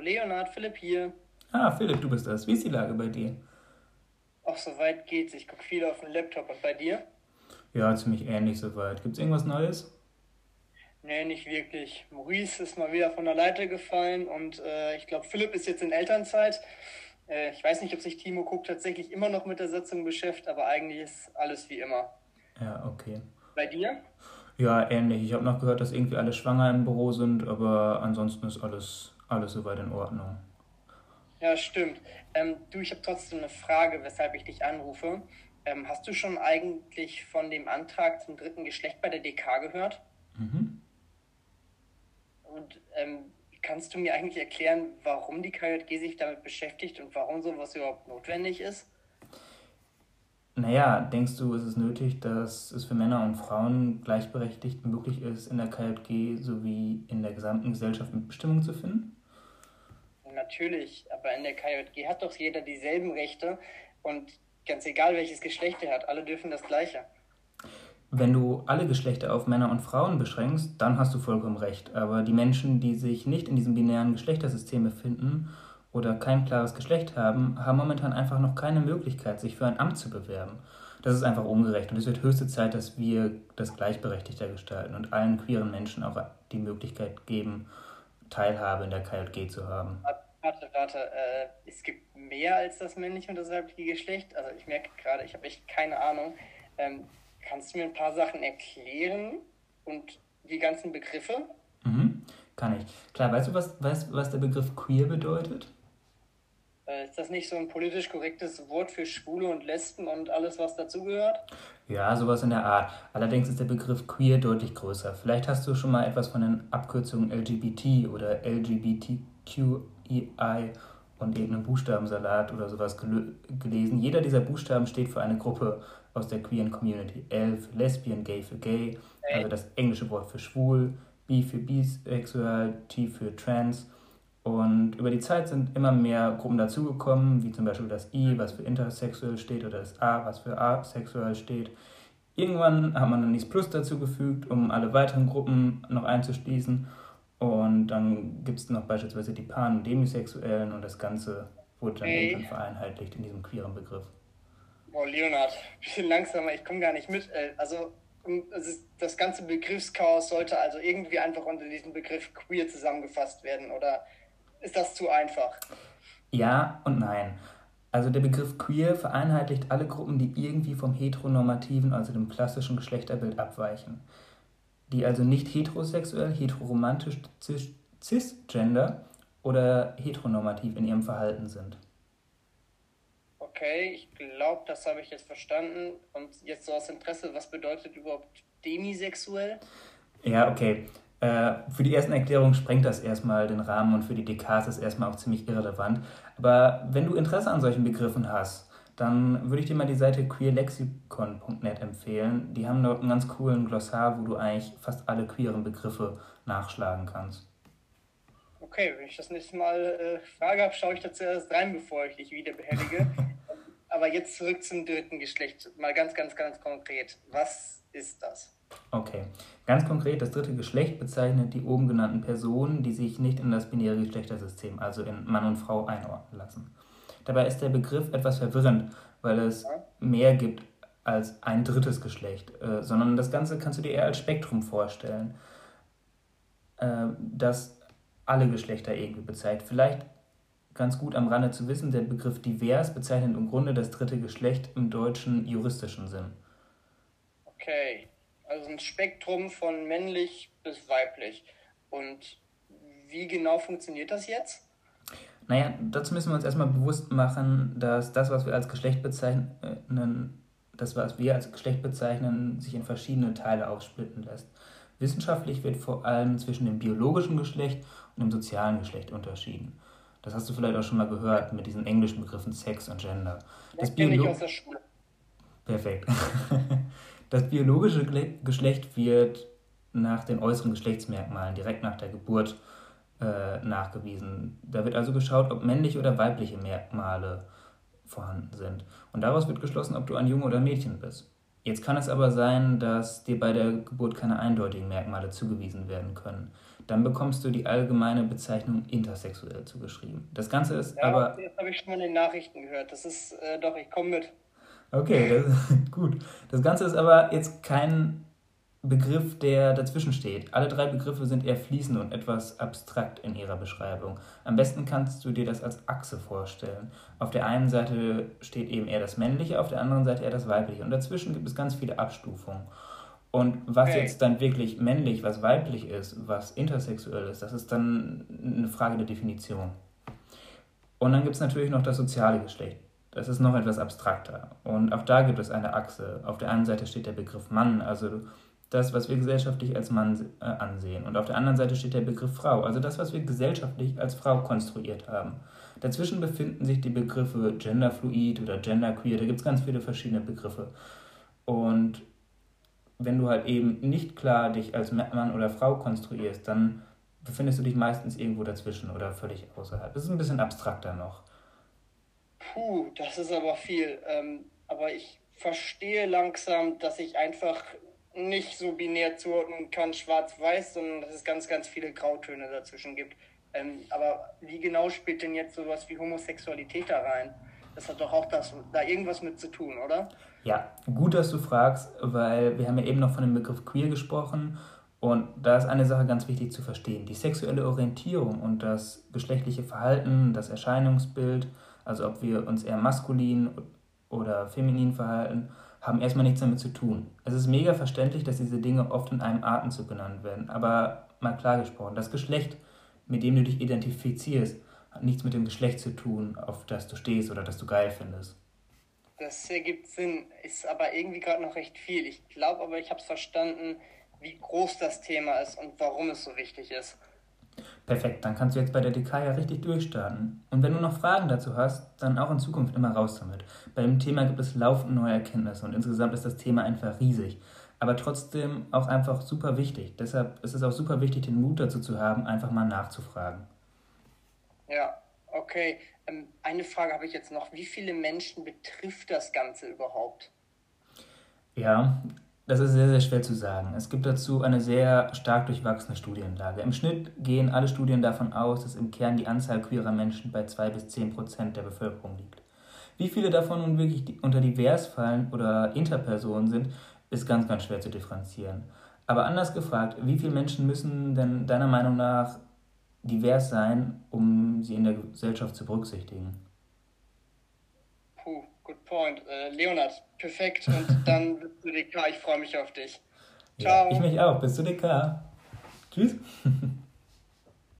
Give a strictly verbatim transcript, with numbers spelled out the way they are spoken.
Leonhard, Philipp hier. Ah, Philipp, du bist das. Wie ist die Lage bei dir? Auch soweit geht's. Ich gucke viel auf den Laptop. Und bei dir? Ja, ziemlich ähnlich soweit. Gibt's irgendwas Neues? Nee, nicht wirklich. Maurice ist mal wieder von der Leiter gefallen und äh, ich glaube, Philipp ist jetzt in Elternzeit. Äh, ich weiß nicht, ob sich Timo Cook tatsächlich immer noch mit der Sitzung beschäftigt, aber eigentlich ist alles wie immer. Ja, okay. Bei dir? Ja, ähnlich. Ich habe noch gehört, dass irgendwie alle schwanger im Büro sind, aber ansonsten ist alles, alles soweit in Ordnung. Ja, stimmt. Ähm, du, ich habe trotzdem eine Frage, weshalb ich dich anrufe. Ähm, hast du schon eigentlich von dem Antrag zum dritten Geschlecht bei der D K gehört? Mhm. Und ähm, kannst du mir eigentlich erklären, warum die K J G sich damit beschäftigt und warum sowas überhaupt notwendig ist? Naja, denkst du, ist es nötig, dass es für Männer und Frauen gleichberechtigt möglich ist, in der K J G sowie in der gesamten Gesellschaft Mitbestimmung zu finden? Natürlich, aber in der K J G hat doch jeder dieselben Rechte und ganz egal welches Geschlecht er hat, alle dürfen das Gleiche. Wenn du alle Geschlechter auf Männer und Frauen beschränkst, dann hast du vollkommen recht. Aber die Menschen, die sich nicht in diesem binären Geschlechtersystem befinden oder kein klares Geschlecht haben, haben momentan einfach noch keine Möglichkeit, sich für ein Amt zu bewerben. Das ist einfach ungerecht und es wird höchste Zeit, dass wir das gleichberechtigter gestalten und allen queeren Menschen auch die Möglichkeit geben, Teilhabe in der K J G zu haben. Warte, warte, äh, es gibt mehr als das männliche und das weibliche Geschlecht. Also ich merke gerade, ich habe echt keine Ahnung. Ähm, kannst du mir ein paar Sachen erklären und die ganzen Begriffe? Mhm, kann ich. Klar, weißt du, was, weißt, was der Begriff queer bedeutet? Äh, ist das nicht so ein politisch korrektes Wort für Schwule und Lesben und alles, was dazugehört? Ja, sowas in der Art. Allerdings ist der Begriff queer deutlich größer. Vielleicht hast du schon mal etwas von den Abkürzungen L G B T oder L G B T Q I und irgendeinem Buchstabensalat oder sowas gel gelesen. Jeder dieser Buchstaben steht für eine Gruppe aus der queeren Community. L für Lesbian, Gay für Gay, also das englische Wort für schwul, B für bisexuell, T für trans. Und über die Zeit sind immer mehr Gruppen dazugekommen, wie zum Beispiel das I, was für intersexuell steht, oder das A, was für asexuell steht. Irgendwann hat man dann das Plus dazugefügt, um alle weiteren Gruppen noch einzuschließen. Und dann gibt es noch beispielsweise die Pan- und Demisexuellen und das Ganze wurde dann irgendwann Hey, vereinheitlicht in diesem queeren Begriff. boah, Leonhard, bisschen langsamer, ich komme gar nicht mit. Äh, Also, um- es ist, das ganze Begriffschaos sollte also irgendwie einfach unter diesem Begriff queer zusammengefasst werden, oder ist das zu einfach? Ja und nein. Also der Begriff queer vereinheitlicht alle Gruppen, die irgendwie vom heteronormativen, also dem klassischen Geschlechterbild abweichen. Die also nicht heterosexuell, heteroromantisch, cis- cisgender oder heteronormativ in ihrem Verhalten sind. Okay, ich glaube, das habe ich jetzt verstanden. Und jetzt so aus Interesse, was bedeutet überhaupt demisexuell? Ja, okay. Äh, für die ersten Erklärungen sprengt das erstmal den Rahmen und für die D K ist das erstmal auch ziemlich irrelevant. Aber wenn du Interesse an solchen Begriffen hast, dann würde ich dir mal die Seite queerlexikon punkt net empfehlen. Die haben dort einen ganz coolen Glossar, wo du eigentlich fast alle queeren Begriffe nachschlagen kannst. Okay, wenn ich das nächste Mal äh, Frage habe, schaue ich da zuerst rein, bevor ich dich wieder behellige. Aber jetzt zurück zum dritten Geschlecht. Mal ganz, ganz, ganz konkret. Was ist das? Okay. Ganz konkret, das dritte Geschlecht bezeichnet die oben genannten Personen, die sich nicht in das binäre Geschlechtersystem, also in Mann und Frau, einordnen lassen. Dabei ist der Begriff etwas verwirrend, weil es Ja? mehr gibt als ein drittes Geschlecht, äh, sondern das Ganze kannst du dir eher als Spektrum vorstellen, äh, das alle Geschlechter irgendwie bezeichnet. Vielleicht ganz gut am Rande zu wissen, der Begriff divers bezeichnet im Grunde das dritte Geschlecht im deutschen juristischen Sinn. Okay, also ein Spektrum von männlich bis weiblich. Und wie genau funktioniert das jetzt? Naja, dazu müssen wir uns erstmal bewusst machen, dass das, was wir als Geschlecht bezeichnen, das, was wir als Geschlecht bezeichnen, sich in verschiedene Teile aufsplitten lässt. Wissenschaftlich wird vor allem zwischen dem biologischen Geschlecht und dem sozialen Geschlecht unterschieden. Das hast du vielleicht auch schon mal gehört mit diesen englischen Begriffen Sex und Gender. Das Das kenne ich aus Biolo der Schule. Perfekt. Das biologische Geschlecht wird nach den äußeren Geschlechtsmerkmalen direkt nach der Geburt äh, nachgewiesen. Da wird also geschaut, ob männliche oder weibliche Merkmale vorhanden sind. Und daraus wird geschlossen, ob du ein Junge oder ein Mädchen bist. Jetzt kann es aber sein, dass dir bei der Geburt keine eindeutigen Merkmale zugewiesen werden können. dann bekommst du die allgemeine Bezeichnung intersexuell zugeschrieben. Das Ganze ist Ja, aber... okay, das habe ich schon mal in den Nachrichten gehört. Das ist, äh, doch, ich komme mit. Okay, das ist gut. Das Ganze ist aber jetzt kein Begriff, der dazwischen steht. Alle drei Begriffe sind eher fließend und etwas abstrakt in ihrer Beschreibung. Am besten kannst du dir das als Achse vorstellen. Auf der einen Seite steht eben eher das Männliche, auf der anderen Seite eher das Weibliche. Und dazwischen gibt es ganz viele Abstufungen. Und was Okay, jetzt dann wirklich männlich, was weiblich ist, was intersexuell ist, das ist dann eine Frage der Definition. Und dann gibt es natürlich noch das soziale Geschlecht. Das ist noch etwas abstrakter. Und auch da gibt es eine Achse. Auf der einen Seite steht der Begriff Mann, also das, was wir gesellschaftlich als Mann äh, ansehen. Und auf der anderen Seite steht der Begriff Frau, also das, was wir gesellschaftlich als Frau konstruiert haben. Dazwischen befinden sich die Begriffe Genderfluid oder Genderqueer, da gibt es ganz viele verschiedene Begriffe. Und wenn du halt eben nicht klar dich als Mann oder Frau konstruierst, dann befindest du dich meistens irgendwo dazwischen oder völlig außerhalb. Das ist ein bisschen abstrakter noch. puh, das ist aber viel. Ähm, aber ich verstehe langsam, dass ich einfach nicht so binär zuordnen kann, schwarz-weiß, sondern dass es ganz, ganz viele Grautöne dazwischen gibt. Ähm, aber wie genau spielt denn jetzt sowas wie Homosexualität da rein? Das hat doch auch das, da irgendwas mit zu tun, oder? Ja, gut, dass du fragst, weil wir haben ja eben noch von dem Begriff queer gesprochen und da ist eine Sache ganz wichtig zu verstehen. Die sexuelle Orientierung und das geschlechtliche Verhalten, das Erscheinungsbild, also ob wir uns eher maskulin oder feminin verhalten, haben erstmal nichts damit zu tun. Es ist mega verständlich, dass diese Dinge oft in einem Atemzug genannt werden, aber mal klar gesprochen, das Geschlecht, mit dem du dich identifizierst, hat nichts mit dem Geschlecht zu tun, auf das du stehst oder das du geil findest. Das ergibt Sinn, ist aber irgendwie gerade noch recht viel. Ich glaube aber, ich habe es verstanden, wie groß das Thema ist und warum es so wichtig ist. Perfekt, dann kannst du jetzt bei der D K ja richtig durchstarten. Und wenn du noch Fragen dazu hast, dann auch in Zukunft immer raus damit. Bei dem Thema gibt es laufend neue Erkenntnisse und insgesamt ist das Thema einfach riesig. Aber trotzdem auch einfach super wichtig. Deshalb ist es auch super wichtig, den Mut dazu zu haben, einfach mal nachzufragen. Ja, okay. Ähm, eine Frage habe ich jetzt noch. Wie viele Menschen betrifft das Ganze überhaupt? Ja, das ist sehr, sehr schwer zu sagen. Es gibt dazu eine sehr stark durchwachsene Studienlage. Im Schnitt gehen alle Studien davon aus, dass im Kern die Anzahl queerer Menschen bei zwei bis zehn Prozent der Bevölkerung liegt. Wie viele davon nun wirklich die- unter divers fallen oder Interpersonen sind, ist ganz, ganz schwer zu differenzieren. Aber anders gefragt, wie viele Menschen müssen denn deiner Meinung nach divers sein, um sie in der Gesellschaft zu berücksichtigen? Puh, good point. Äh, Leonard, perfekt. Und dann bist du D K. Ich freue mich auf dich. Ja, ich Ciao. mich auch. Bis zur D K. Tschüss.